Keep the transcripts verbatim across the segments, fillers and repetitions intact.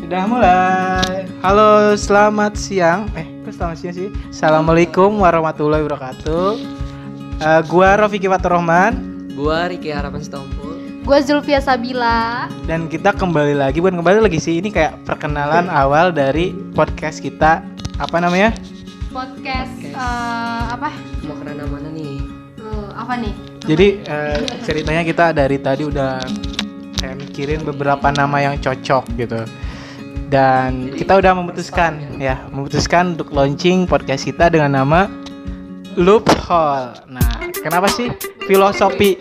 Sudah mulai. Halo, selamat siang. Eh, kok selamat siang sih? Assalamualaikum warahmatullahi wabarakatuh. Uh, gua Rafiki Fatur Rahman. Gua Riki Harapan Setompul. Gua Zulfia Sabila. Dan kita kembali lagi, bukan kembali lagi sih. Ini kayak perkenalan awal dari podcast kita. Apa namanya? Podcast, podcast. Uh, apa? Mau kena mana nih? Uh, apa nih? Jadi uh, ceritanya kita dari tadi udah kayak mikirin beberapa nama yang cocok gitu. Dan kita udah memutuskan ya, memutuskan untuk launching podcast kita dengan nama Loophole. Nah, kenapa sih filosofi?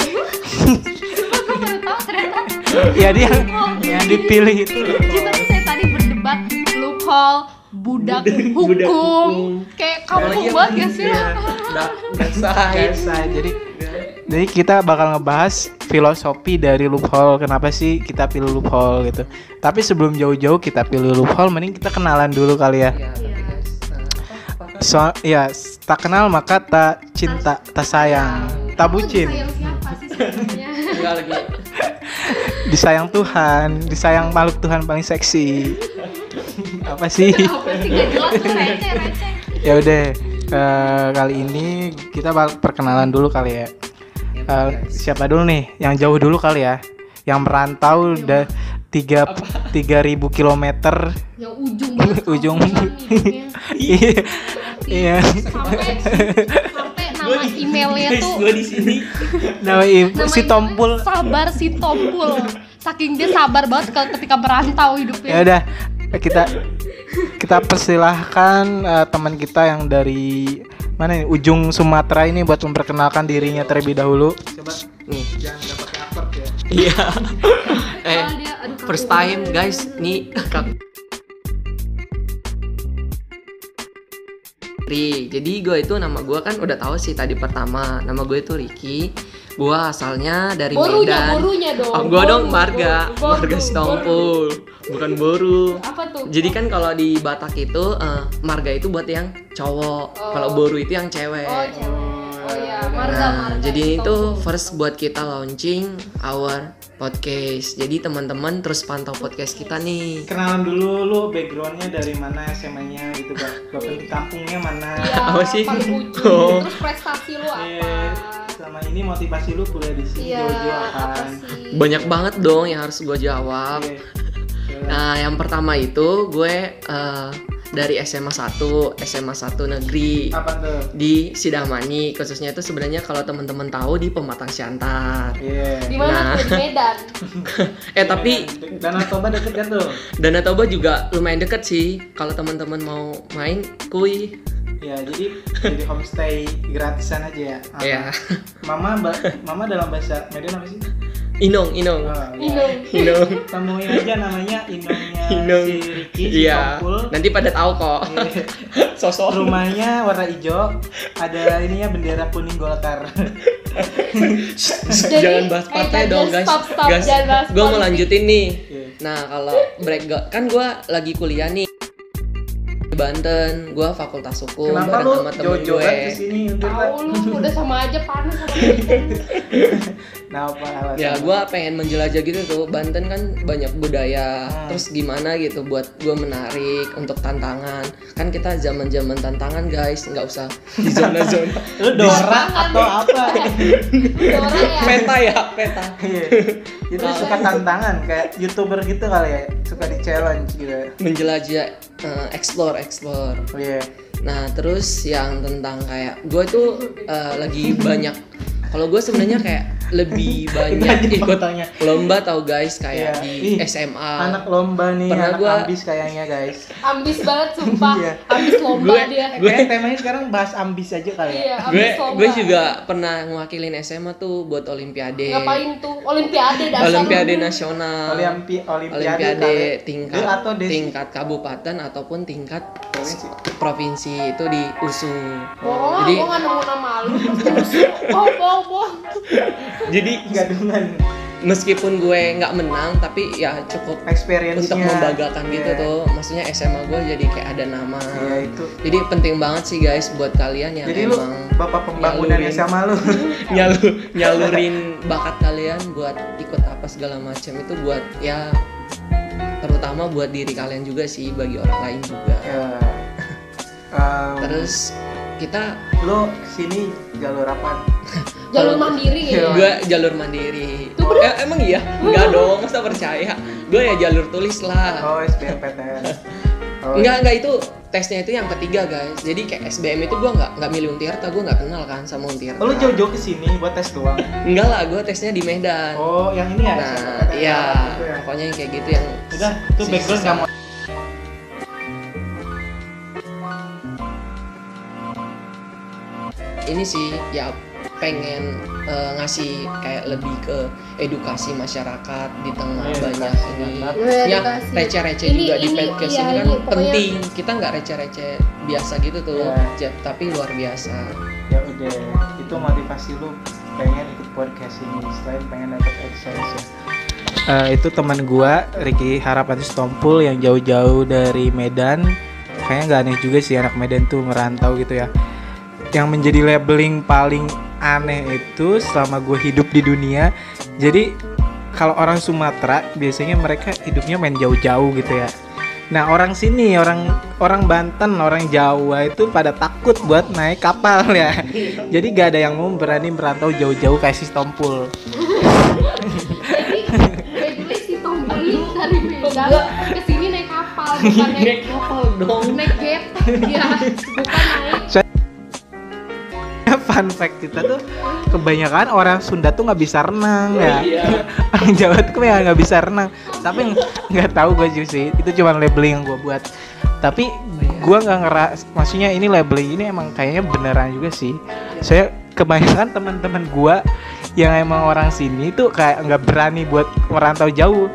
Ya dia yang dipilih itu. Kita tuh saya tadi berdebat loophole, budak, budak hukum. Budak hukum. Kayak kampung banget ya sih. Udah selesai. Jadi Jadi kita bakal ngebahas filosofi dari loophole. Kenapa sih kita pilih loophole gitu. Tapi sebelum jauh-jauh kita pilih loophole, mending kita kenalan dulu kali ya. Iya, tapi guys. So, ya, tak kenal maka tak cinta, tak sayang, tak bucin. Sayang siapa sih sebenarnya? Enggak lagi. Disayang Tuhan, disayang makhluk Tuhan paling seksi. Apa sih? Apa sih gak jelas tuh, receh, receh. Ya udah, uh, kali ini kita bakal perkenalan dulu kali ya. Uh, siapa dulu nih? Yang jauh dulu kali ya. Yang merantau udah tiga tiga ribu kilometer. Yang ujung banget. Ujung. Iya. Iya. Sampai sampai nama emailnya tuh. Gua di sini. Nama ibu si Tompul. Sabar si Tompul. Saking dia sabar banget ketika merantau hidupnya. Ya udah, kita kita persilahkan uh, teman kita yang dari mana nih, ujung Sumatera ini buat memperkenalkan dirinya terlebih dahulu. Coba Nih. jangan nggak pakai akord ya. Iya. eh, Oh, dia, aduh, first kaku. time guys, nih kak. Ri, jadi gue itu nama gue kan udah tahu sih tadi pertama. Nama gue itu Riki. Gue asalnya dari Borunya, Medan. borunya dong. Oh, gue Boru, dong marga, boru, boru, marga Setompul, bukan boru. Apa tuh? Jadi kan kalau di Batak itu uh, marga itu buat yang cowok, Oh. kalau boru itu yang cewek. Oh, cewek. Oh ya, marga, Nah, marga. jadi itu Setompul. first buat kita launching our podcast. Jadi teman-teman terus pantau podcast kita nih. Kenalan dulu lu backgroundnya dari mana, S M A-nya gitu kan. Bapak di kampungnya mana? Iya, Apa sih? paling ujung. Oh. Terus prestasi lu apa? Iya, selama ini motivasi lu kuliah di sini Iya, jauh-jauh apa apaan? sih? Banyak banget dong yang harus gue jawab. Iya. Nah, yang pertama itu gue uh, dari S M A satu, S M A satu negeri Apa tuh? di Sidamani, khususnya itu sebenarnya kalau teman-teman tahu di Pematang Siantar. Iya. Di mana Nah. tuh? Di Medan. Eh tapi Danau Toba deket kan tuh? Danau Toba juga lumayan deket sih. Kalau teman-teman mau main, kuy. Ya, jadi jadi homestay gratisan aja ya. Apa? Ya, Mama ba- Mama dalam bahasa Medan apa sih? Inong, Inong. Oh, ya. Inung. Inong. Temuin aja namanya Inongnya Inong. si Riki, si Iya. Tompul. Nanti pada tahu kok. Iya. Sosok. Rumahnya warna hijau, ada ininya bendera kuning Golkar. Jadi, Jangan bahas eh, partai kan, dong, just guys. stop, stop, Guys, jangan bahas gue mau politik. lanjutin nih. Iya. Nah, kalau break kan gue lagi kuliah nih di Banten, gue fakultas hukum Kenapa bareng lu sama temen jauh-jauh gue. banget kesini? Tahu lu udah sama aja panas sama kita. Nah, apa alasan? Ya, gue pengen menjelajah gitu tuh. Banten kan banyak budaya. Hmm. Terus gimana gitu buat gue menarik untuk tantangan. Kan kita zaman-zaman tantangan guys, nggak usah di zona-zona. Lu Dora atau apa? Dora ya. Peta ya, peta. Iya. Itu suka tantangan kayak YouTuber gitu kali ya, suka di challenge gitu. Menjelajah, eh, explore, explore. Oh iya. Nah, terus yang tentang kayak gue tuh eh, lagi banyak. Kalau gue sebenarnya kayak lebih banyak Kita ikut tanya. lomba tau guys, kayak Iya. di Ih, S M A. Anak lomba nih, Pernah anak gua- ambis kayaknya guys. Ambis banget sumpah. Iya. Ambis lomba Gue- dia. gue- Kayak temanya sekarang bahas ambis aja kali ya. Iya, gue ambis lomba. gue juga pernah ngewakilin S M A tuh buat olimpiade. Ngapain tuh? Olimpiade dasar. Olimpiade lu. nasional. Olimpi Olimpiade Olimpiade kali. tingkat Lu atau des- tingkat kabupaten ataupun tingkat Provinsi. provinsi itu di U S U. Bohong, Jadi- gue gak nemu nama lu. Oh, bohong, bohong. Jadi Gadungan meskipun gue nggak menang tapi ya cukup experience-nya untuk membanggakan gitu Iya. tuh. Maksudnya S M A gue jadi kayak ada nama. Iya, itu. Jadi penting banget sih guys buat kalian yang Jadi lu emang bapak pembangunan nyalurin- S M A lu. nyalu nyalurin bakat kalian buat ikut apa segala macam itu buat ya terutama terutama buat diri kalian juga sih, bagi orang lain juga. Ya. Um, Terus kita lo sini jalur apa? Jalur mandiri ya. gue jalur mandiri. Eh, emang iya? Enggak dong, masa percaya. Gue ya jalur tulis lah. Oh, S B M P T N. Oh, Enggak, enggak, itu tesnya itu yang ketiga guys. Jadi kayak S B M itu gue nggak nggak milih Untirta, gue nggak kenal kan sama Untirta. oh, lo jauh-jauh ke sini buat tes doang. Enggak lah, gue tesnya di Medan. Oh, yang ini ya? Nah, iya, Itu ya? pokoknya yang kayak gitu yang Udah, itu si- background sisa. nggak mau. Ini sih ya pengen eh, ngasih kayak lebih ke edukasi masyarakat di tengah Iya, banyak edukasi ini masyarakat. ya Edukasi. receh-receh Ini- juga di ini, podcast iya, ini kan ini pokoknya- penting, kita nggak receh-receh biasa gitu tuh. Iya. Ja- tapi luar biasa. Ya udah, itu motivasi lu pengen ikut podcast ini selain pengen dapat AdSense ya. Eh, itu teman gua Ricky Harapan Stompul yang jauh-jauh dari Medan. Kayaknya nggak aneh juga sih anak Medan tuh merantau gitu ya. Yang menjadi labeling paling aneh itu selama gue hidup di dunia. Jadi kalau orang Sumatera biasanya mereka hidupnya main jauh-jauh gitu ya. Nah orang sini, orang orang Banten, orang Jawa itu pada takut buat naik kapal ya. Jadi gak ada yang mau berani merantau jauh-jauh kayak si Stompul. Jadi basically si Tompel ini dari Medan ke sini naik kapal, bukan naik kapal dong. naik jet ya, bukan naik. Fun fact kita tuh kebanyakan orang Sunda tuh nggak bisa renang ya. Iya. Orang Jawa tuh ya nggak bisa renang. Tapi ng- nggak tahu gue juga sih. Itu cuma labeling yang gue buat. Tapi gue nggak ngeras. Maksudnya ini labeling ini emang kayaknya beneran juga sih. Saya kebanyakan teman-teman gue yang emang orang sini tuh kayak nggak berani buat merantau jauh.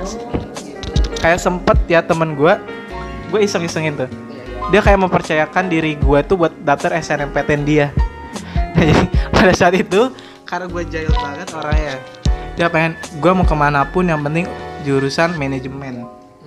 Kayak sempet ya temen gue, gue iseng-isengin tuh. Dia kayak mempercayakan diri gue tuh buat daftar S N M P T N dia. Nah, jadi pada saat itu karena gue jahil banget orangnya, dia pengen gue mau kemana pun yang penting jurusan manajemen.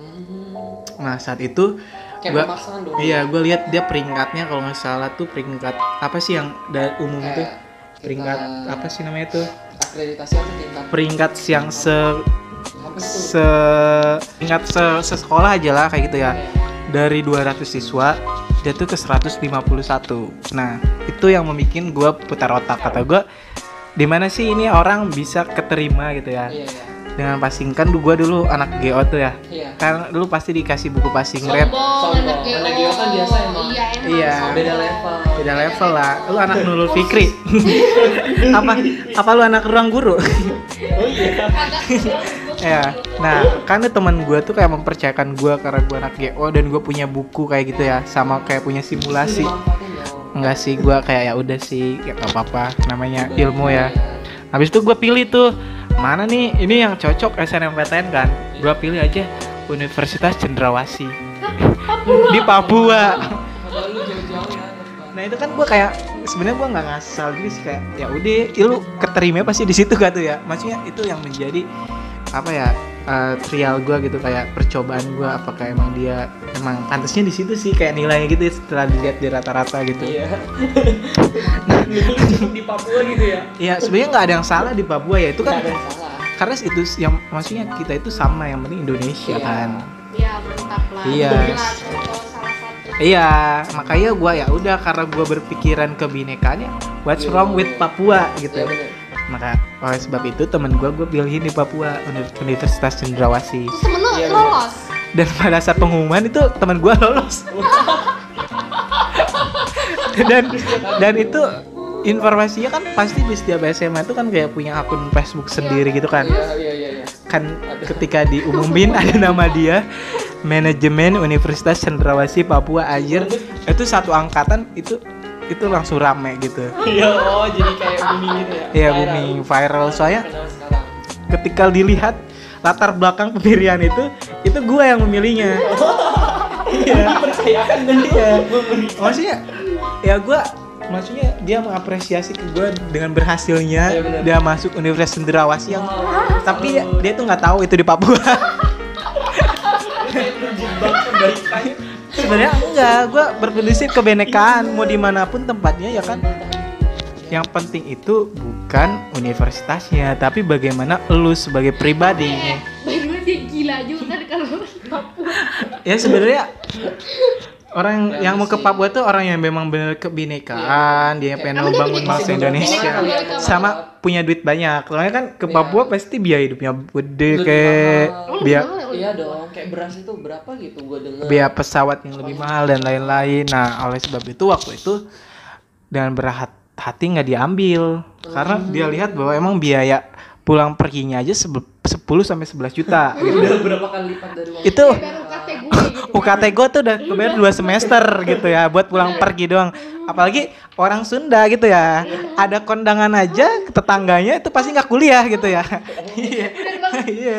Nah saat itu Kayak gua, pemaksaan dong. iya gue lihat dia peringkatnya kalau nggak salah tuh peringkat apa sih yang dari umum Kayak tuh peringkat kita- apa sih namanya tuh akreditasi atau tingkat peringkat yang se apa tuh? se tingkat se sekolah aja lah kayak gitu ya. Dari dua ratus siswa dia tuh ke seratus lima puluh satu. Nah itu yang membuat gue putar otak, kata gue di mana sih ini orang bisa keterima gitu ya. Iya, iya. Dengan passing kan gue dulu anak G O tuh ya, Iya. kan dulu pasti dikasih buku passing rate. Sombong, Sombong. anak G O. Anak G O kan biasa emang. Iya, emang. Iya. Beda level. Beda level lah, lu anak Nurul Fikri. apa apa lu anak ruang guru? Oh iya. Ya, nah karena teman gue tuh kayak mempercayakan gue karena gue anak G O dan gue punya buku kayak gitu ya, sama kayak punya simulasi. Enggak sih, gue kayak ya udah sih, ya nggak apa-apa, namanya ilmu ya. Habis itu gue pilih tuh mana nih ini yang cocok S N M P T N kan, gue pilih aja Universitas Cendrawasih di Papua. Kalau lu jauh-jauh ya. Nah itu kan gue kayak sebenarnya gue nggak ngasal gitu sih, kayak ya udah, ya lu keterima pasti di situ kan tuh ya. Maksudnya itu yang menjadi apa ya, uh, trial gue gitu, kayak percobaan gue apakah emang dia emang pantasnya di situ sih, kayak nilainya gitu setelah dilihat di rata-rata gitu. Iya. Lu cukup di Papua gitu ya. Iya sebenarnya nggak ada yang salah di Papua ya, itu kan Nggak ada yang salah. karena itu yang maksudnya kita itu sama, yang penting Indonesia Iya. kan. Iya, mantap lah. Iya. Inilah contoh salah satu. Iya, makanya gue ya udah karena gue berpikiran kebinekaan ya, what's wrong with Papua gitu. Iya, bener. Maka oleh sebab itu temen gue gue pilihin di Papua, Uni- Universitas Cendrawasih. Terus temen lu Iya, lolos. Dan pada saat pengumuman itu temen gue lolos. dan dan itu informasinya kan pasti di setiap S M A itu kan kayak punya akun Facebook sendiri gitu kan. Iya, iya, iya, iya. Kan ketika diumumin ada nama dia, manajemen Universitas Cendrawasih Papua, anjir. Itu satu angkatan itu itu langsung rame gitu. Iya, oh jadi kayak booming gitu ya. Iya, Viral. booming, viral. Soalnya Kenal sekarang. ketika dilihat latar belakang pemilihan itu, itu gue yang memilihnya. Iya. Percayakan dan Iya. Maksudnya ya gue, maksudnya dia mengapresiasi ke gue dengan berhasilnya Iya, benar. dia masuk Universitas Cendrawasih yang, Oh, tapi dia tuh nggak tahu itu di Papua. kayak terjebak kebaikannya. Sebenarnya enggak, gue berprinsip kebenekaan mau dimanapun tempatnya ya kan. Yang penting itu bukan universitasnya, tapi bagaimana lu sebagai pribadi. By the way, dia gila maju kan kalau Papua. Ya sebenarnya orang yang mau ke Papua tuh orang yang memang benar kebinekaan, dia pengen Emang dia membangun binekaan? bangsa Indonesia, Binekaan. sama punya duit banyak. Soalnya kan ke Iya. Papua pasti biaya hidupnya gede, Lebih kayak mahal. biaya Iya dong, kayak beras itu berapa gitu gua denger. biaya pesawat yang lebih mahal dan lain-lain. Nah, oleh sebab itu waktu itu dengan berat hati nggak diambil karena dia lihat bahwa emang biaya pulang perginya aja sebe- sepuluh sampai sebelas juta gitu. Udah berapa kali lipat dari uang Itu Baru kata gue gitu. U K T gue tuh udah kebayar dua semester gitu ya buat pulang pergi doang. Apalagi orang Sunda gitu ya. Ada kondangan aja ke tetangganya itu pasti nggak kuliah gitu ya. Iya. Iya.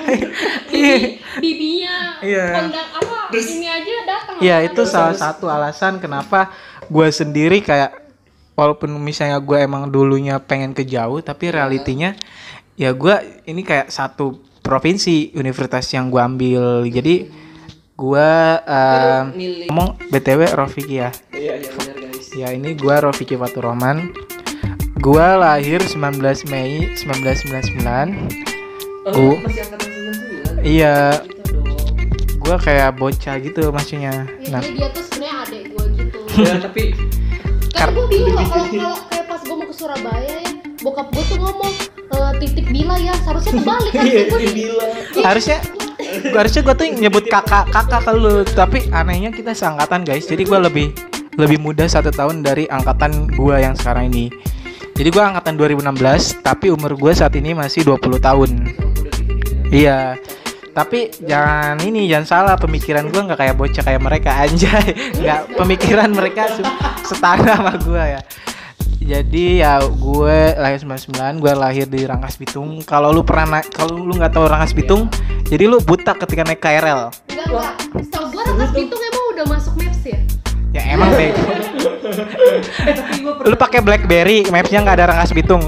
Iya. Bibinya Iya. kondang apa ini aja datang. Iya, itu salah satu alasan kenapa gue sendiri kayak walaupun misalnya gue emang dulunya pengen ke jauh tapi realitinya ya gue ini kayak satu provinsi universitas yang gue ambil. Jadi gue um, milih. ngomong B T W Rofiki ya. Iya, iya benar guys. Ya ini gue Rofiki Fatur Rahman. Gue lahir sembilan belas Mei seribu sembilan ratus sembilan puluh sembilan. Oh, Gua- masih angkatan sembilan puluh sembilan. Iya, Gitu dong. gue kayak bocah gitu maksudnya. Ya, Nah, jadi dia tuh sebenarnya adek gue gitu. Ya, tapi Karena gue bingung loh kalau kalau kayak pas gue mau ke Surabaya ya, bokap gue tuh ngomong e, titip Bila ya, seharusnya kebalik kan Iya, gue dia bilang harusnya gua harusnya gue tuh nyebut kakak kakak ke lu, tapi anehnya kita seangkatan guys, jadi gue lebih lebih muda satu tahun dari angkatan gue yang sekarang ini. Jadi gue angkatan dua ribu enam belas tapi umur gue saat ini masih dua puluh tahun. Iya, tapi jangan ini jangan salah, pemikiran gue nggak kayak bocah kayak mereka anjay, nggak, pemikiran mereka se- setara sama gue ya. Jadi ya gue lahir sembilan puluh sembilan, gue lahir di Rangkas Bitung. Kalau lu pernah naik, kalau lu nggak tahu Rangkas Bitung, jadi lu buta ketika naik K R L. enggak enggak. Setahu gue Rangkas Bitung emang udah masuk Maps ya. Ya emang deh. eh tapi gua Lu pakai BlackBerry, mapsnya nggak ada Rangkas Bitung.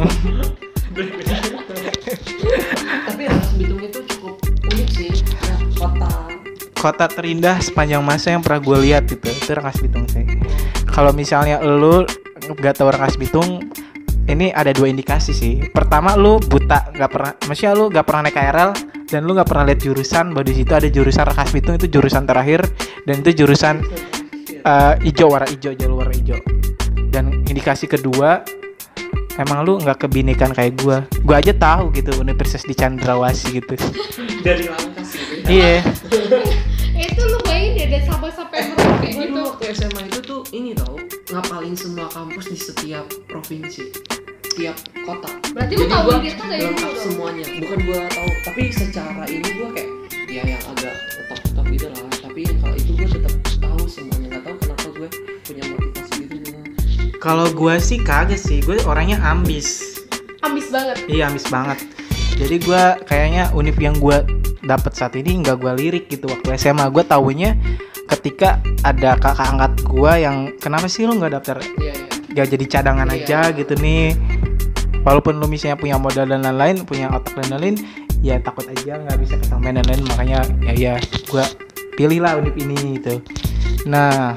tapi Rangkas Bitung itu cukup unik sih. Ya, kota. Kota terindah sepanjang masa yang pernah gue lihat itu, itu Rangkas Bitung sih. Kalau misalnya lu nggak tahu Rangkas Bitung, ini ada dua indikasi sih. Pertama, lu buta, nggak pernah, maksudnya lu nggak pernah naik K R L dan lu nggak pernah lihat jurusan bahwa di situ ada jurusan Rangkas Bitung, itu jurusan terakhir dan itu jurusan uh, hijau, warna hijau, jalur warna hijau. Dan indikasi kedua, emang lu nggak kebinekaan kayak gua. Gua aja tahu gitu Universitas di Cendrawasih gitu. Dari Rangkas gitu. Iya. Eh, itu lu bayangin ya, dan sampai-sampai mereka kayak Gue gitu. dulu waktu S M A itu tuh ini tau, ngapalin semua kampus di setiap provinsi, setiap kota. Berarti lu Jadi tahu gua dia tuh kayak lengkap gitu dong. semuanya. Bukan gua tahu, tapi secara ini gua kayak ya yang agak tetap-tetap gitu lah. Tapi kalau itu gua tetap tahu semuanya. Gak tahu kenapa gue punya motivasi gitu. Kalau gua sih kagak sih, gue orangnya ambis. Ambis banget. Iya, ambis banget. Jadi gua kayaknya univ yang gua dapat saat ini nggak gua lirik gitu waktu S M A. Gua taunya ketika ada kakak angkat gua yang kenapa sih lu nggak daftar, Iya iya. gak jadi cadangan Iya. aja gitu nih. Walaupun lu misalnya punya modal dan lain-lain, punya otak dan lain-lain, ya takut aja nggak bisa kesampaian dan lain, makanya ya ya gua pilih lah univ ini gitu. Nah,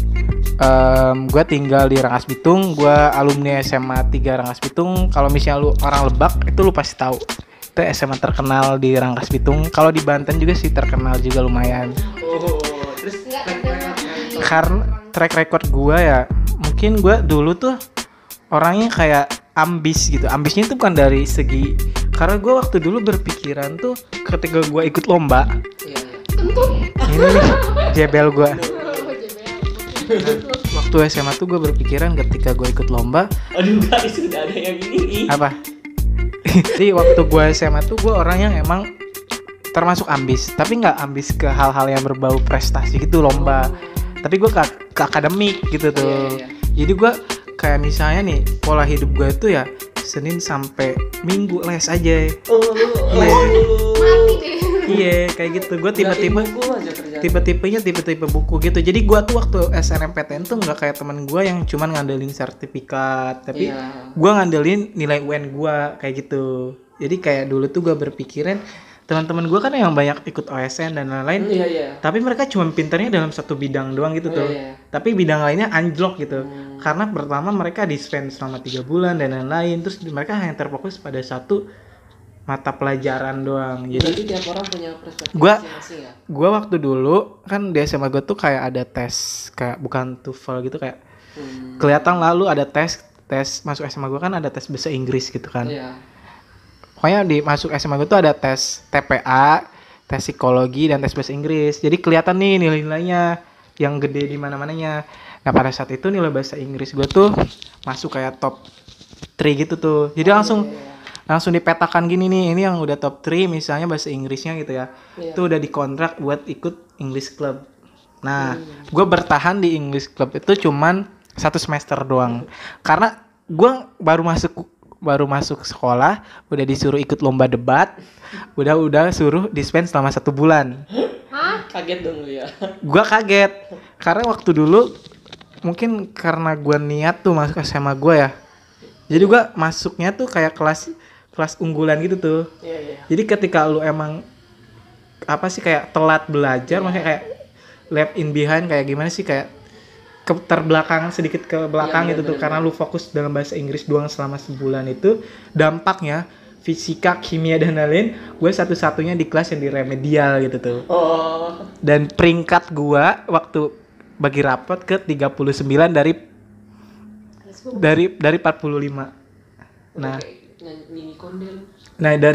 Um, gue tinggal di Rangkas Bitung, gue alumni S M A tiga Rangkas Bitung. Kalau misalnya lu orang Lebak, itu lu pasti tahu. Itu S M A terkenal di Rangkas Bitung. Kalau di Banten juga sih terkenal juga lumayan. Oh, terus Enggak, track enggak, record enggak. Karena track record gue ya, mungkin gue dulu tuh orangnya kayak ambis gitu. Ambisnya itu bukan dari segi, karena gue waktu dulu berpikiran tuh ketika gue ikut lomba, Iya iya. Kentut. ini nih jebel gue. Oh, jebel. Waktu S M A tuh gue berpikiran ketika gue ikut lomba, Aduh guys, sudah ada yang ini. apa? Jadi waktu gue S M A tuh gue orang yang emang termasuk ambis, tapi nggak ambis ke hal-hal yang berbau prestasi gitu lomba. Tapi gue ke, ke akademik gitu tuh. Iya, iya. Jadi gue kayak misalnya nih pola hidup gue tuh ya Senin sampai Minggu les aja. Oh, lu. Iya. Mati deh. Iya kayak gitu. Gue tipe-tipe Liatin buku aja kerjaan. tipe-tipenya tipe-tipe buku gitu. Jadi gue tuh waktu S N M P T N tuh nggak kayak teman gue yang cuman ngandelin sertifikat, tapi Iya. gue ngandelin nilai U N gue kayak gitu. Jadi kayak dulu tuh gue berpikiran teman-teman gue kan yang banyak ikut O S N dan lain-lain, Iya iya. tapi mereka cuma pinternya dalam satu bidang doang gitu Oh, tuh. iya, iya. Tapi bidang lainnya anjlok gitu. Hmm. Karena pertama mereka di spend selama tiga bulan dan lain-lain, terus mereka hanya terfokus pada satu mata pelajaran doang. Jadi Jadi tiap orang punya perspektif Gua- masing-masing ya. gue waktu dulu kan di S M A gue tuh kayak ada tes kayak bukan TOEFL gitu, kayak Hmm. kelihatan lalu ada tes tes masuk S M A gue kan ada tes bahasa Inggris gitu kan. Iya. Pokoknya di masuk S M A gue tuh ada tes T P A, tes psikologi dan tes bahasa Inggris. Jadi kelihatan nih nilai-nilainya yang gede di mana-mananya. Nah pada saat itu nilai bahasa Inggris gue tuh masuk kayak top tiga gitu tuh. Jadi langsung Iya, iya. langsung dipetakan gini nih, ini yang udah top tiga misalnya bahasa Inggrisnya gitu ya. Iya. Itu udah dikontrak buat ikut English Club. Nah, gue bertahan di English Club itu cuman satu semester doang. Karena gue baru masuk baru masuk sekolah, udah disuruh ikut lomba debat, udah udah suruh dispen selama satu bulan. Hah? Kaget dong lu ya. Gue kaget karena waktu dulu mungkin karena gue niat tuh masuk S M A gue ya. Jadi gue masuknya tuh kayak kelas kelas unggulan gitu tuh. Iya, iya. Jadi ketika lu emang apa sih kayak telat belajar, maksudnya kayak left in behind kayak gimana sih, kayak ke terbelakangan sedikit ke belakang Iya, gitu tuh bener-bener. karena lu fokus dalam bahasa Inggris doang selama sebulan itu, dampaknya fisika, kimia dan lain-lain, gue satu-satunya di kelas yang di remedial gitu tuh. Oh. Dan peringkat gua waktu bagi rapot ke tiga puluh sembilan dari dari dari empat puluh lima. Nah, Nyanyi kondel. Nah dari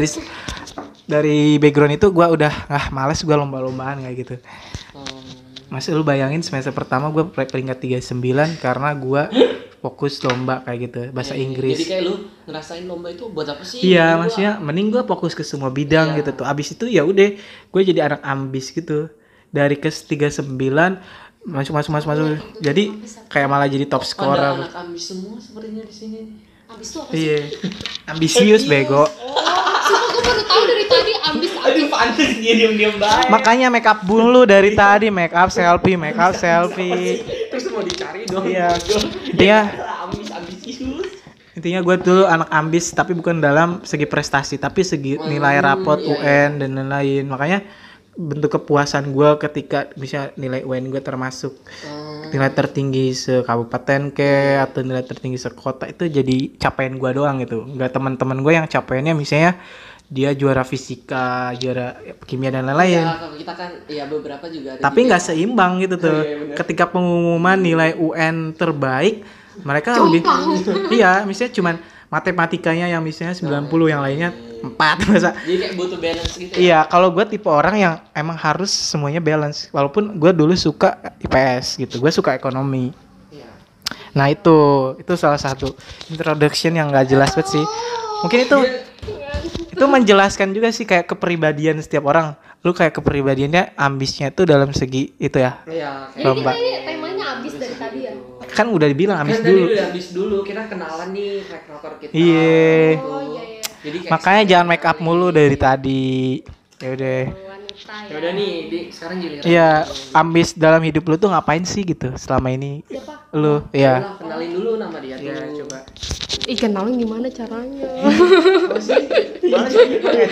dari background itu gue udah ah males gue lomba-lombaan kayak gitu. Oh. Masih lu bayangin semester pertama gue peringkat tiga puluh sembilan karena gue fokus lomba kayak gitu bahasa Iya, iya. Inggris. Jadi kayak lu ngerasain lomba itu buat apa sih? Iya, Gua- maksudnya mending gue fokus ke semua bidang Iya. gitu tuh. Abis itu ya udah gue jadi anak ambis gitu. Dari ke tiga puluh sembilan masuk masuk masuk masuk. Jadi kayak malah jadi top Ada scorer. anak ambis semua sepertinya di sini. Ambis tuh apa sih? Iya. Ambisius bego. Sumpah gue baru tahu dari tadi ambis ambis. pantes dia diam-diam baik. Makanya make up dulu dari tadi, make up selfie, make up selfie. Terus mau dicari dong. Iya. Intinya ambis ambisius. intinya gue dulu anak ambis tapi bukan dalam segi prestasi tapi segi nilai rapot iya, U N dan lain-lain. Makanya bentuk kepuasan gue ketika bisa nilai U N gue termasuk Oh. nilai tertinggi se-kabupaten ke atau nilai tertinggi sekota itu jadi capaian gue doang gitu. Nggak teman-teman gue yang capaiannya misalnya dia juara fisika, juara kimia dan lain-lain. Ya, kalau kita kan ya beberapa juga ada. Tapi juga. nggak seimbang gitu tuh. Iya, bener. Ketika pengumuman nilai U N terbaik, mereka lebih iya, misalnya cuman matematikanya yang misalnya sembilan puluh, yang lainnya empat masa. Jadi kayak butuh balance gitu ya. Iya, kalau gue tipe orang yang emang harus semuanya balance. Walaupun gue dulu suka I P S gitu, gue suka ekonomi. Iya. Nah itu, itu salah satu introduction yang nggak jelas banget sih. Mungkin itu itu menjelaskan juga sih kayak kepribadian setiap orang. Lu kayak kepribadiannya ambisnya itu dalam segi itu ya. Iya. Jadi Lomba. kita ini temanya ambis dari tadi ya. Kan udah dibilang ambis Kan tadi dulu. udah habis dulu, kita kenalan nih track record kita. Iya. Oh iya iya. Jadi kayak Makanya jangan make up mulu dari tadi. Ya udah. Wanita Ya ya. udah nih, di sekarang giliran. Iya, ambis dalam hidup lu tuh ngapain sih gitu selama ini? Siapa? Lu, Ya. ya. Kenalin dulu nama dia Iya, dulu. coba. Ih kenalin gimana caranya? Apa sih? Mana sih?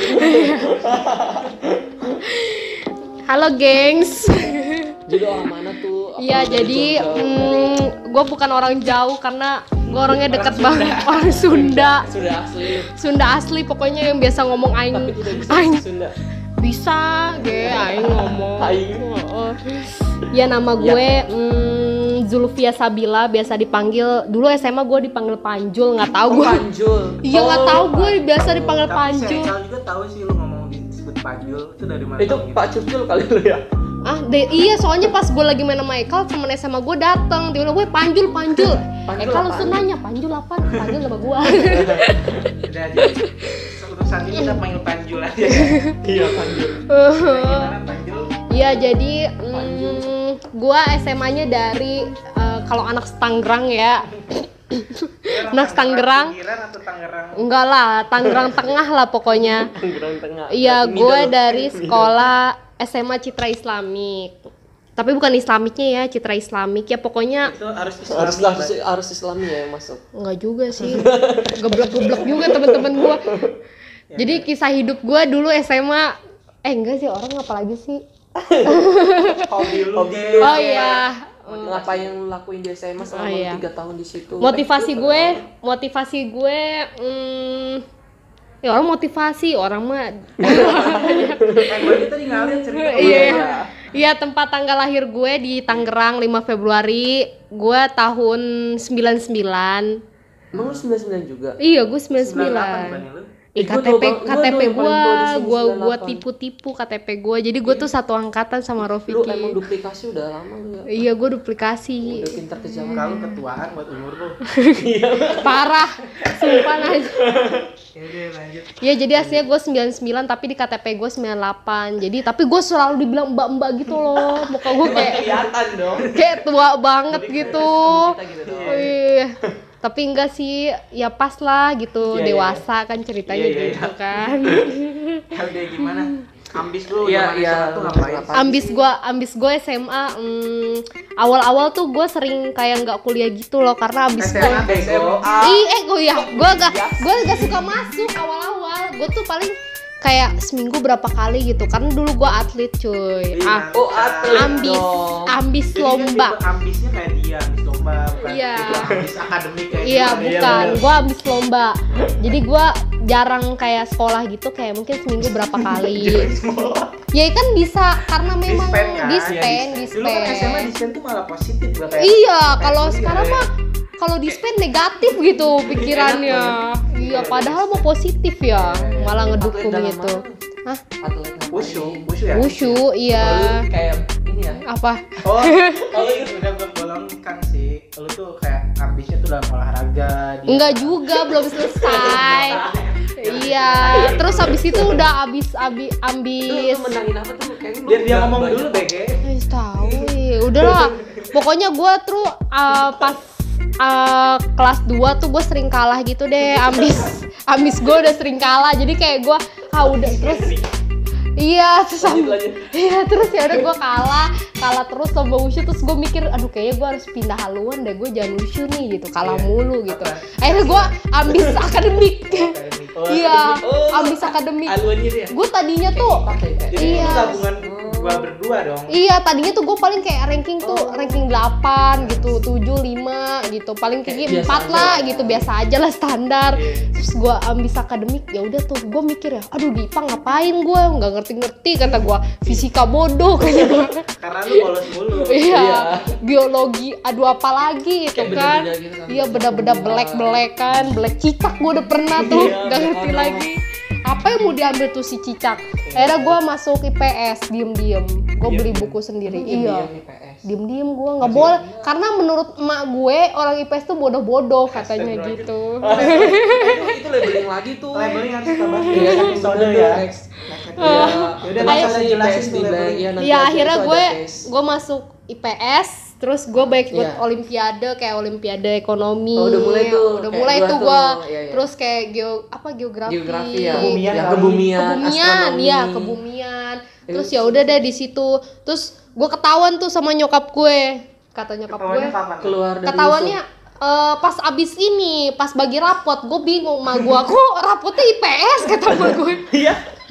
Halo gengs. Jadi orang mana tuh? Apa Iya lu dari jadi Jogja? mm, gue bukan orang jauh karena gue orangnya deket banget orang Sunda. Sudah asli. Sunda asli pokoknya yang biasa ngomong aing Tapi tidak bisa aing bahasa Sunda. bisa ge aing ngomong. Aing. Heeh. Ya nama gue mm, Zulfia Sabila, biasa dipanggil dulu S M A gue dipanggil Panjul, nggak tahu Oh, gue. Panjul. Iya nggak Oh, tahu gue biasa dipanggil Tapi Panjul. Sel juga tahu sih lu ngomong disebut Panjul itu dari mana? Itu Pak Cucul kali lu ya. Ah, de- iya soalnya pas gue lagi main sama Eka, temen S M A gue dateng, dia bilang, "Weh, Panjul, Panjul." Panjul Eka langsung apaan? nanya, "Panjul apa?" Panjul sama gue. Udah jadi urusan ini kita panggil Panjul aja ya. Iya, Panjul. Gimana Panjul? Iya, jadi mm, gue S M A-nya dari eh, kalau anak Tangerang ya. Anak Tangerang. Pinggiran atau Tangerang? Enggak lah, Tangerang Tengah lah pokoknya. Tangerang Tengah. Iya, Middle. gue dari sekolah S M A Citra Islamik. Tapi bukan Islamiknya ya, Citra Islamik ya pokoknya. Itu harus harus Islam. harus harus Islami ya yang masuk. Enggak juga sih. Geblek-geblek juga teman-teman gua. Jadi kisah hidup gua dulu S M A eh enggak sih orang apalagi sih? Hobi lu. Hobi lu. Oh iya. Ngapain yang lu lakuin di S M A selama Oh, iya. tiga tahun di situ? Motivasi gue, motivasi gue hmm, Ya orang motivasi, orang mah Kayak gue tadi ngalir cerita. iya. Iya, tempat tanggal lahir gue di Tangerang lima Februari. Gue tahun sembilan sembilan. Emang lu sembilan sembilan juga? Iya, gue sembilan sembilan. Ih, Eh, gua K T P tua bang- K T P gua dua yang paling gue, tua di sini, gue gue sembilan delapan. tipu-tipu K T P gue. Jadi gue tuh satu angkatan sama Lu Rofiki. emang duplikasi udah lama lu ya? Iya, gue duplikasi. Udah pintar ke zaman. Kalau ketuaan buat umur lu. Parah, sumpah aja. Ya udah lanjut. Iya, jadi aslinya gue sembilan sembilan tapi di K T P gue sembilan delapan. Jadi tapi gue selalu dibilang mbak-mbak gitu loh. Muka gue kayak Kelihatan dong. kayak tua banget gitu. Kita gitu dong. Iya. Tapi enggak sih, ya pas lah gitu, Iya, iya, dewasa kan ceritanya Iya, iya, gitu kan. Ya udah gimana? Ambis lu Iya, zaman iya. S M A tuh ngapain? Ngapain? ambis gue ambis gue S M A hmm, awal-awal tuh gue sering kayak nggak kuliah gitu loh karena ambis S M gue A bego. ih eh gue ya gue gak gue gak suka masuk awal-awal. Gue tuh paling kayak seminggu berapa kali gitu karena dulu gue atlet cuy. Iya. Ah, Oh, atlet ambis dong. ambis Jadi lomba. dia tipe ambisnya kayak dia, ambis lomba, bukan Iya. tipe ambis akademik kayak Iya dia. bukan, gue ambis lomba. Jadi gue jarang kayak sekolah gitu, kayak mungkin seminggu berapa kali. Ya kan bisa karena memang Dispen kan? dispen, Iya, Dulu kan S M A dispen. dispen tuh malah positif gak kayak. Iya, kayak kalau kuliah, sekarang ya. mah kalau dispen negatif gitu pikirannya. Iya, padahal mau positif ya, malah ngedukung Atlet dalam gitu. mana? Hah? Atlet ngapain? Wushu, wushu ya. Wushu, iya. Lu kayak ini ya. Apa? Oh, kalau itu udah gue golongkan sih. Lu tuh kayak ambisnya tuh dalam olahraga. dia- Enggak juga, belum selesai. Iya, terus habis itu udah habis habis Lu, ambis. lu menangin apa tuh? Kayak lu Biar dia udah ngomong banyak- dulu, Bege. Eh, tahu ya. Udahlah. Pokoknya gue tuh uh, pas uh, kelas dua tuh gue sering kalah gitu deh. Ambis ambis gue udah sering kalah. Jadi kayak gue ah udah terus iya terus Lanjut, am- lanjut. iya terus ya udah gue kalah kalah terus lomba wushu. Terus gue mikir aduh kayaknya gue harus pindah haluan deh, gue jangan wushu nih gitu, kalah Iya. mulu gitu. Akhirnya gue ambis akademik. Oh, Iya, oh, ambis akademik. Aluannya dia. Gue tadinya tuh Pakai kayak. Jadi Iya. itu gabungan gua berdua dong. iya, tadinya tuh gue paling kayak ranking tuh ranking delapan gitu, tujuh, lima gitu. Paling Kayak tinggi biasa empat aja lah ya. gitu, biasa aja lah standar. Iya. Terus gue ambis akademik, ya udah tuh gue mikir ya, aduh di I P A ngapain gue, nggak ngerti-ngerti kata gue, fisika bodoh kata gue. Karena lu bolos mulu. Iya, Iya. biologi, aduh apa lagi gitu Kayak kan. beda-beda gitu kan. Iya, beda-beda belek-belek kan, belek cicak gue udah pernah tuh, Iya, nggak ngerti aduh. lagi. Apa yang mau diambil tuh si cicak? Akhirnya gue masuk I P S, diem-diem. Gue Diem, beli diem. buku sendiri. Diem-diem Iya. I P S. Diem-diem gue nggak boleh, karena menurut emak gue orang I P S tuh bodoh-bodoh katanya Astagfirullah. gitu. itu, itu labeling lagi tuh. Labeling harus kita bahas di Iya, episode bener, ya. next. Iya. Yaudah Ayo. langsung Ayo. jelasin I P S tuh di labeling. bagian nanti Ya aja akhirnya itu gue ada tes. gue masuk I P S, terus gue baik ikut Iya. olimpiade kayak olimpiade ekonomi. Oh, udah mulai tuh, Udah kayak mulai gua tuh tuh. gue. Iya, iya. Terus kayak geo apa geografi. Geografi ya. Kebumian Ya, kali. kebumian, kebumian astronomi. ya kebumian. Terus Itu- ya udah deh di situ. Terus gue ketahuan tuh sama nyokap gue. Kata nyokap gue. Ketahuannya kapan? Keluar dari Ketahuannya eh, pas abis ini, pas bagi rapot, gue bingung sama gue, kok rapotnya I P S kata sama gue. Iya.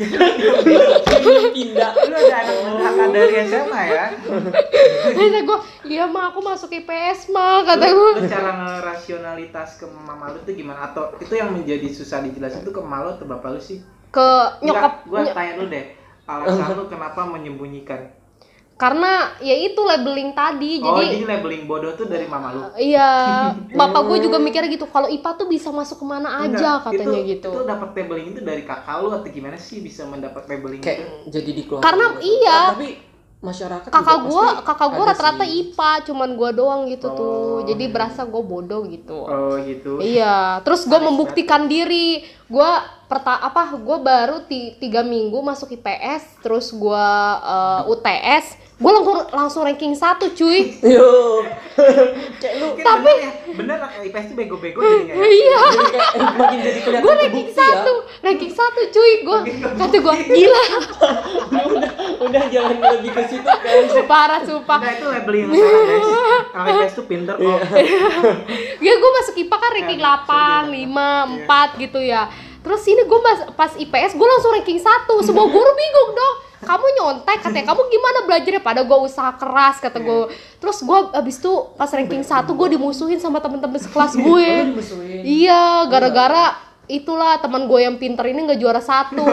pindah. Lu ada anak durhaka dari S M A ya. Kata gue, iya mah aku masuk I P S mah kata gue. Lu cara ngerasionalitas ke mama lu tuh gimana? Atau itu yang menjadi susah dijelasin tuh ke mama lu atau bapak lu sih? Ke nyokap. Gue ny- tanya lu deh. Alasan lu kenapa menyembunyikan? karena ya itu labeling tadi, Oh, jadi jadi labeling bodoh tuh dari mama lu. iya, bapak gue juga mikirnya gitu. Kalau I P A tuh bisa masuk kemana aja Enggak, katanya itu, gitu. Itu dapat labeling itu dari kakak lu atau gimana sih bisa mendapat labeling Kayak itu? jadi dikeluarin. Karena gitu. iya. Ah, tapi masyarakat Kakak juga gue, pasti kakak gue ada rata-rata sih. I P A, cuman gue doang gitu Oh. tuh. Jadi berasa gue bodoh gitu. Oh gitu. Iya, terus gue Nice membuktikan diri. Gue perta apa? Gue baru ti- tiga minggu masuk I P S, terus gue uh, U T S, gue langsung langsung ranking satu cuy. Yo. Kayak lu Mungkin bener ya, bener lah I P S tuh bego-bego jadinya ya. Iya, jadi kayak makin jadi kelihatan gue ranking terbukti ya. satu, ranking satu cuy. Gue kata gue gila, udah udah jangan lebih ke situ kan. parah sumpah. Enggak, itu labeling yang salah guys. Anak I P S tuh pinter kok. Ya gue masuk I P A kan ranking delapan, lima, empat gitu ya. Terus ini gue mas pas I P S gue langsung ranking satu. Semua guru bingung dong. Kamu nyontek katanya, kamu gimana belajarnya? Pada gue usaha keras kata gue. Terus gue abis itu pas ranking satu gue dimusuhin sama temen-temen sekelas gue. Lu dimusuhin. Iya, gara-gara itulah teman gue yang pinter ini nggak juara satu.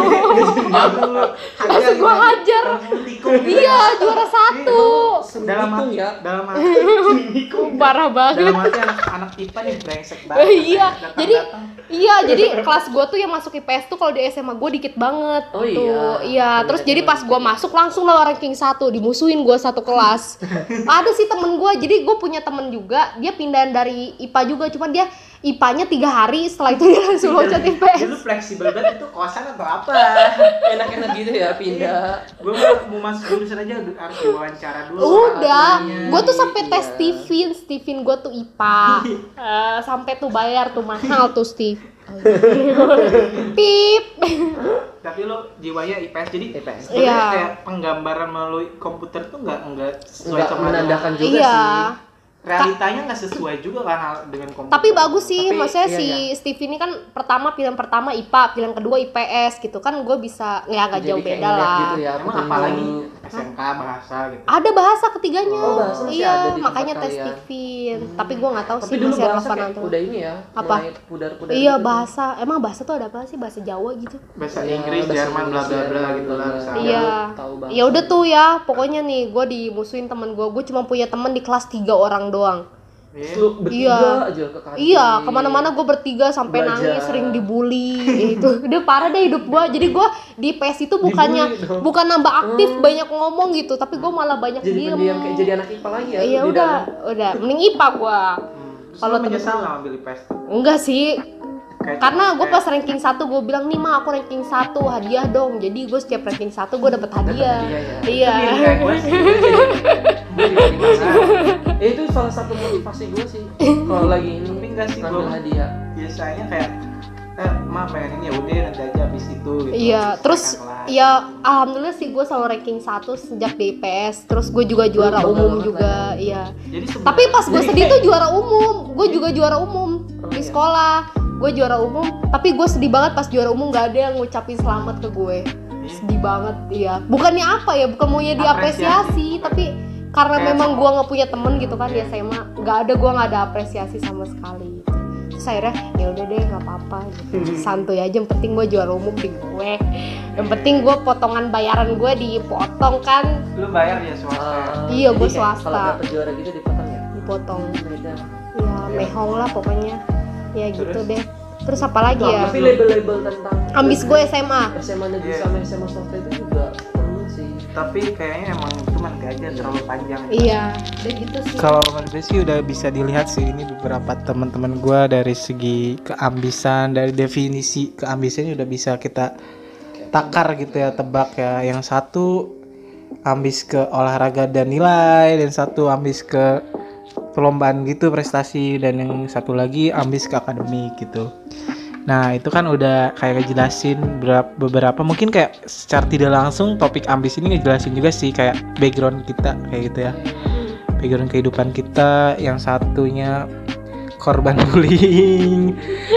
Harus gua hajar. Iya, juara satu. Dalam Hitung arti, ya. dalam arti, Parah banget. dalam arti anak-anak I P A nih brengsek banget. Iya, Datang-datang. jadi iya, jadi kelas gue tuh yang masuk I P S tuh kalau di S M A gue dikit banget. Oh tuh. iya. Iya, terus Iya, jadi iya, pas gue masuk langsung lah ranking satu, dimusuhin gue satu kelas. Ada sih temen gue, jadi gue punya temen juga, dia pindahan dari I P A juga, cuman dia I P A-nya tiga hari, setelah itu dia langsung loncat I P S. Itu fleksibel banget, itu kosan atau apa? Enak-enak gitu ya pindah. Gue mau masuk jurusan aja harus diwawancara dulu. Udah, aturannya. gue tuh sampai tes Iya. Steven, Steven gue tuh I P A, Eh, sampai tuh bayar tuh mahal tuh Steve. Pip. Tapi lo jiwanya I P S, jadi I P S. sebenarnya Iya. kayak penggambaran melalui komputer tuh nggak nggak sesuai Nggak sama menandakan juga Iya. sih. realitanya nggak sesuai juga kan hal dengan komputer. Tapi bagus sih, Tapi, maksudnya iya, si iya. Steve ini kan pertama pilihan pertama I P A, pilihan kedua I P S gitu kan, gue bisa ya nggak Jadi jauh kayak beda ngeliat lah. gitu ya, Emang ketemu. apalagi S M K bahasa gitu. Ada bahasa ketiganya, Oh, bahasa masih iya ada di makanya tempat tes kalian. Steven. Tapi gue nggak tahu Tapi sih dulu masih bahasa relevan kayak atau udah ini ya. Apa? mulai pudar-pudar Iya gitu. bahasa, emang bahasa tuh ada apa sih, bahasa Jawa gitu? Bahasa Iya, Inggris, bahasa Jerman, bla Inggris, bla bla Jerman, gitu bla, lah. bla. misalnya. Iya. tahu bahasa. Ya udah tuh ya, pokoknya nih gue dimusuhin temen gue, gue cuma punya temen di kelas tiga orang doang. Iya. Lu bertiga Iya. aja ke kantin. Iya, kemana-mana gue bertiga sampai Belajar. nangis, sering dibully, itu udah parah deh hidup gue. Jadi gue di P S itu bukannya Dibully dong. bukan nambah aktif Hmm. banyak ngomong gitu, tapi gue malah banyak Jadi diem. pendiam kayak jadi anak I P A lagi ya. Iya di udah, dalam. udah mending I P A gue. Terus Kalau lo menyesal nggak ambil I P S? Enggak sih, Kayak- karena gue kayak- pas ranking satu gue bilang nih ma aku ranking satu hadiah dong. Jadi gue setiap ranking satu gue dapet hadiah. hadiah ya. Iya. Itu mirip kayak gue sih. Gue diterima sih. Eh, itu salah satu motivasi gue sih. Kalau lagi ini Tapi enggak sih, ngambil gua- hadiah. Biasanya kayak eh ma pengen ini ya udah nanti aja habis itu gitu. Iya, terus Selesaikan kelas. ya alhamdulillah sih gue selalu ranking satu sejak di I P S. Terus gue juga juara bangga umum banget juga, lah iya. Jadi sebenarnya- Tapi pas gue sedih tuh juara umum, gue juga juara umum Oh, di iya. sekolah. Gue juara umum, tapi gue sedih banget pas juara umum gak ada yang ngucapin selamat ke gue. Iya. Sedih banget, iya. Bukannya apa ya, bukan maunya diapresiasi, Apresiasi. tapi karena Kayak memang sama- gue nggak punya temen gitu kan di S M A, nggak ada, gue nggak ada apresiasi sama sekali. Terus akhirnya ya udah deh nggak apa-apa, gitu. Santuy aja. Yang penting gue juara umum di gue. Yang penting gue potongan bayaran gue dipotong kan, lu bayar ya swasta. Ah, Iya, jadi gua kayak swasta. Kalau dapet juara gitu dipotong ya. dipotong. Beda. Ya mehong lah pokoknya. Ya gitu deh. Terus apa lagi ya? Tapi label-label tentang Ambis gue S M A. S M A negeri Iya. sama S M A swasta itu juga perlu sih. Tapi kayaknya emang itu nanti aja terlalu panjang. Iya, udah gitu sih. Kalau menurut gue sih udah bisa dilihat sih ini beberapa teman-teman gue dari segi keambisan, dari definisi keambisannya udah bisa kita takar gitu ya, tebak ya. Yang satu ambis ke olahraga dan nilai, dan satu ambis ke perlombaan gitu prestasi, dan yang satu lagi ambis ke akademik gitu. Nah itu kan udah kayak ngejelasin berapa, beberapa mungkin kayak secara tidak langsung topik ambis ini ngejelasin juga sih kayak background kita kayak gitu ya, background kehidupan kita. Yang satunya korban bullying,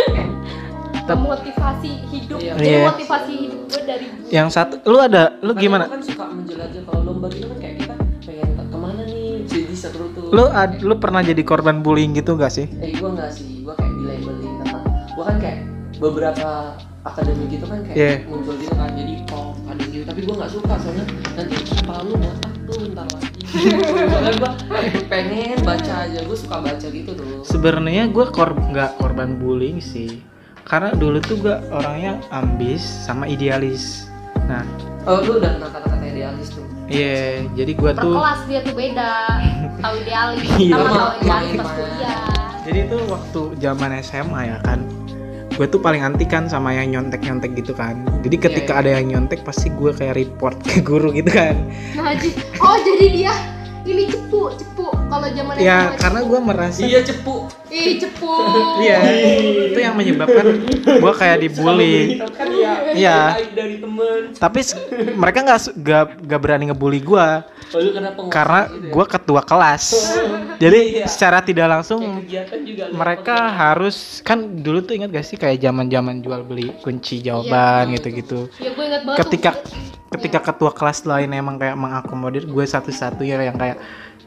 Motivasi hidup. Iya. Jadi Iya. motivasi hidup gue dari yang satu lu ada lu Kadang gimana? Kan suka menjelajah kalau lomba gitu kan kayak kita pengen ke kemana nih jadi seru tuh. Lu ad, lu pernah jadi korban bullying gitu gak sih? Eh gue nggak sih, gue kayak di labeling tentang gue kan kayak beberapa akademi gitu kan kayak Yeah. muncul gitu kan jadi oh ada gitu tapi gue nggak suka soalnya nanti kepala lu botak tuh ntar lagi. Soalnya gue pengen baca aja, gue suka baca gitu tuh. Sebenarnya gue kor nggak korban bullying sih, karena dulu tuh gue orangnya ambis sama idealis. Nah Oh lu udah kenal kata-kata idealis tuh. iya, jadi gue per tuh kelas dia tuh beda. Tahu idealis, Iya. sama tahu Sama- idealis pas sama- kuliah. jadi tuh waktu zaman S M A ya kan, gue tuh paling anti kan sama yang nyontek-nyontek gitu kan. Jadi ketika Iya, iya. ada yang nyontek pasti gue kayak report ke guru gitu kan. Nah, ji- oh jadi dia ini cepu, cepu kalau zaman Ya S M A karena cepu. gue merasa Iya cepu. Ih, cepu. iya itu yang menyebabkan gue kayak dibully. Kan ya. Iya. Aib dari temen. Tapi s- mereka nggak su- nggak nggak berani ngebully gue Oh, lu kenapa nggak karena gitu ya? gue ketua kelas. Jadi Iya. secara tidak Kayak langsung kegiatan juga lu mereka apa-apa. harus kan dulu tuh ingat gak sih kayak zaman-zaman jual beli kunci jawaban gitu-gitu. Ya gue ingat banget. Ketika tuh. ketika ketua kelas lain emang kayak mengakomodir gue satu-satunya yang kayak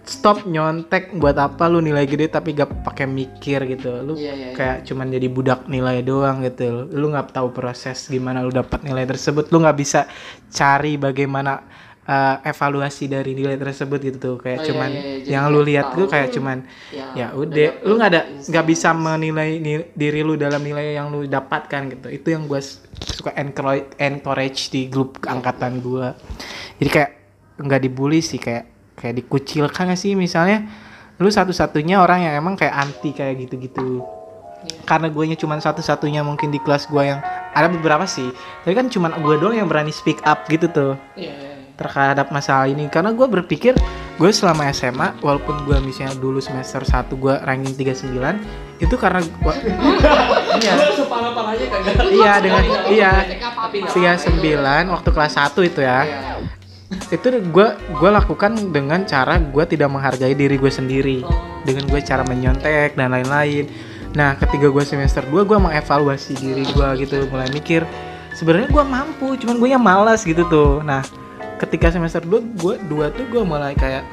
stop nyontek, buat apa lu nilai gede tapi gak pakai mikir gitu. Lu Iya, iya, iya. kayak cuman jadi budak nilai doang gitu. Lu nggak tahu proses gimana lu dapat nilai tersebut. Lu nggak bisa cari bagaimana uh, evaluasi dari nilai tersebut gitu tuh. Kayak Oh, iya, cuman iya, iya. Jadi yang nggak lu lihat tahu. tuh kayak cuman Ya, ya udah udah, dapet lu nggak ada instan. nggak bisa menilai ni- diri lu dalam nilai yang lu dapatkan gitu. Itu yang gue suka encourage, encourage di grup angkatan gue. Jadi kayak nggak dibully sih, kayak kayak dikucilkan nggak sih, misalnya lu satu-satunya orang yang emang kayak anti kayak gitu-gitu. Karena guanya cuma satu-satunya mungkin di kelas gua, yang ada beberapa sih, tapi kan cuma gua doang yang berani speak up gitu tuh Iya, iya, iya. terhadap masalah ini. Karena gue berpikir gue selama S M A, walaupun gue misalnya dulu semester satu gue ranking tiga puluh sembilan, itu karena gua iya Separah-parahnya kagak. iya dengan iya Tapi nggak tiga apa-apa, itu sembilan waktu kelas satu itu ya. Iya. Itu gue gue lakukan dengan cara gue tidak menghargai diri gue sendiri, Oh. dengan gue cara menyontek dan lain-lain. Nah ketika gue semester dua, gue mengevaluasi diri gue gitu, mulai mikir sebenarnya gue mampu, cuman gue yang malas gitu tuh. Nah ketika semester dua, gue dua tuh gue mulai kayak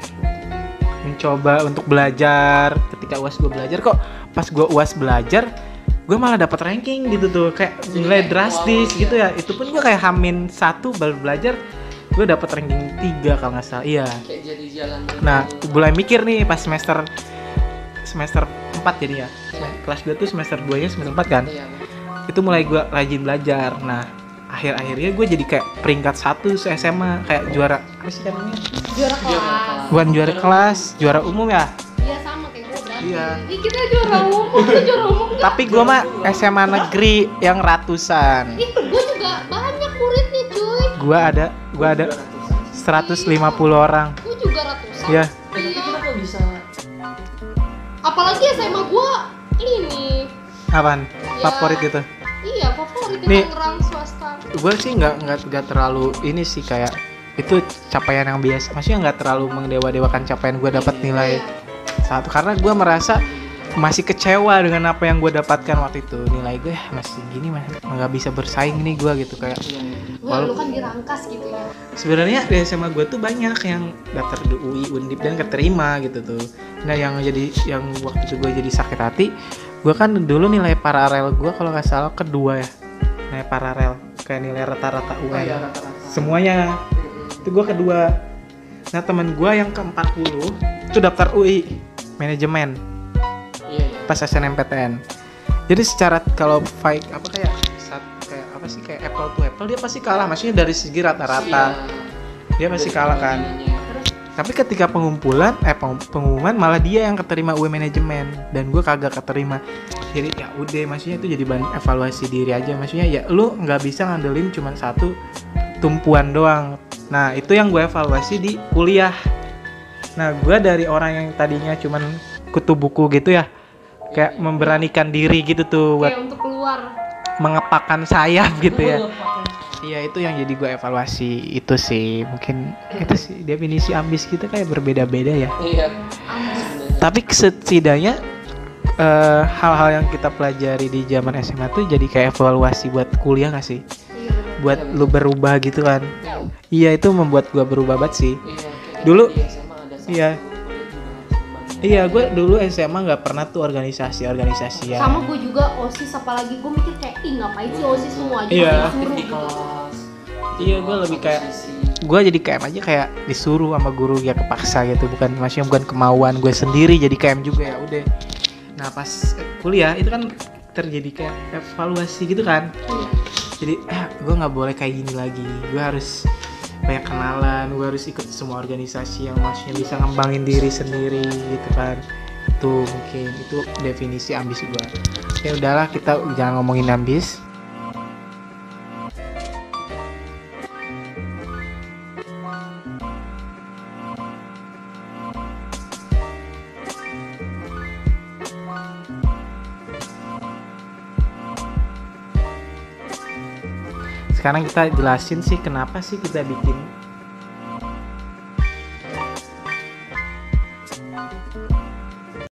mencoba untuk belajar. Ketika U A S gue belajar, kok pas gue U A S belajar gue malah dapat ranking gitu tuh, kayak Jadi nilai kayak drastis wow, gitu ya. Itu pun gue kayak hamin satu baru belajar, gue dapat ranking tiga kalau nggak salah. Iya. Kayak jadi jalan. Nah, mulai mikir nih pas semester semester empat jadi ya. Kelas dua tuh semester dua nya semester empat kan. Iya. Itu mulai gue rajin belajar. Nah, akhir-akhirnya gue jadi kayak peringkat satu se S M A, kayak juara apa sih kan namanya? Juara kelas. Bukan juara kelas, juara umum ya. Iya sama kayak gue berarti. Iya. Ih, kita juara umum, kita juara umum nggak? Tapi gue mah S M A negeri yang ratusan. Ih, gue juga banyak muridnya cuy. Gue ada gue ada seratus lima puluh orang. Gue juga ratusan. Iya. Eh, tapi kenapa bisa? Apalagi S M A gue ini. Apaan? Ya. Favorit gitu. Iya, favorit di Nih. Tangerang swasta. Gue sih nggak nggak nggak terlalu ini sih, kayak itu capaian yang biasa, maksudnya nggak terlalu mendewa-dewakan capaian gue dapat nilai satu, karena gue merasa masih kecewa dengan apa yang gue dapatkan waktu itu. Nilai gue "Ah, masih gini, masih nggak bisa bersaing nih gue gitu." Kayak Wah, lu kan dirangkas gitu ya. sebenarnya di S M A gue tuh banyak yang daftar di U I, Undip dan keterima gitu tuh. Nah yang jadi yang waktu itu gue jadi sakit hati, gue kan dulu nilai paralel gue kalau nggak salah kedua ya, nilai paralel kayak nilai rata-rata U Oh, N iya, rata-rata. semuanya itu gue kedua. Nah temen gue yang ke empat puluh itu daftar U I manajemen Iya, iya. pas S N M P T N. Jadi secara kalau fight apa kayak saat kayak apa sih kayak apple to apple, dia pasti kalah, maksudnya dari segi rata-rata dia pasti kalah kan. Tapi ketika pengumpulan eh peng- pengumuman malah dia yang keterima U I manajemen dan gue kagak keterima. Jadi ya udah, maksudnya itu jadi bahan evaluasi diri aja, maksudnya ya lu nggak bisa ngandelin cuma satu tumpuan doang. Nah itu yang gue evaluasi di kuliah. Nah gue dari orang yang tadinya cuman kutu buku gitu ya, kayak memberanikan diri gitu tuh buat Kayak untuk keluar. mengepakkan sayap gitu ya. Iya itu yang jadi gue evaluasi itu sih. Mungkin itu sih definisi ambis kita kayak berbeda-beda ya. Iya. Ambis. Tapi setidaknya eh, hal-hal yang kita pelajari di zaman S M A tuh jadi kayak evaluasi buat kuliah nggak sih? Iya. Buat lu berubah gitu kan? Iya itu membuat gue berubah banget sih. Iya. kayak Dulu, di S M A ada satu iya. kuliah juga harus Iya gue dulu S M A nggak pernah tuh organisasi-organisasi ya. Sama gue juga OSIS, apalagi gue mikir kayak ih ngapain sih OSIS semua aja Iya. disuruh di gitu. kelas. Iya, gue lebih kayak- Posisi. Gue jadi K M aja kayak disuruh sama guru ya, kepaksa gitu, bukan maksudnya bukan kemauan gue sendiri jadi K M juga ya udah. Nah pas kuliah itu kan terjadi kayak evaluasi gitu kan. Iya. Jadi eh gue nggak boleh kayak gini lagi, gue harus banyak kenalan, gue harus ikut semua organisasi yang maksudnya bisa ngembangin diri sendiri gitu kan. Itu mungkin itu definisi ambis gue. Ya udahlah, kita jangan ngomongin ambis. Sekarang kita jelasin sih kenapa sih kita bikin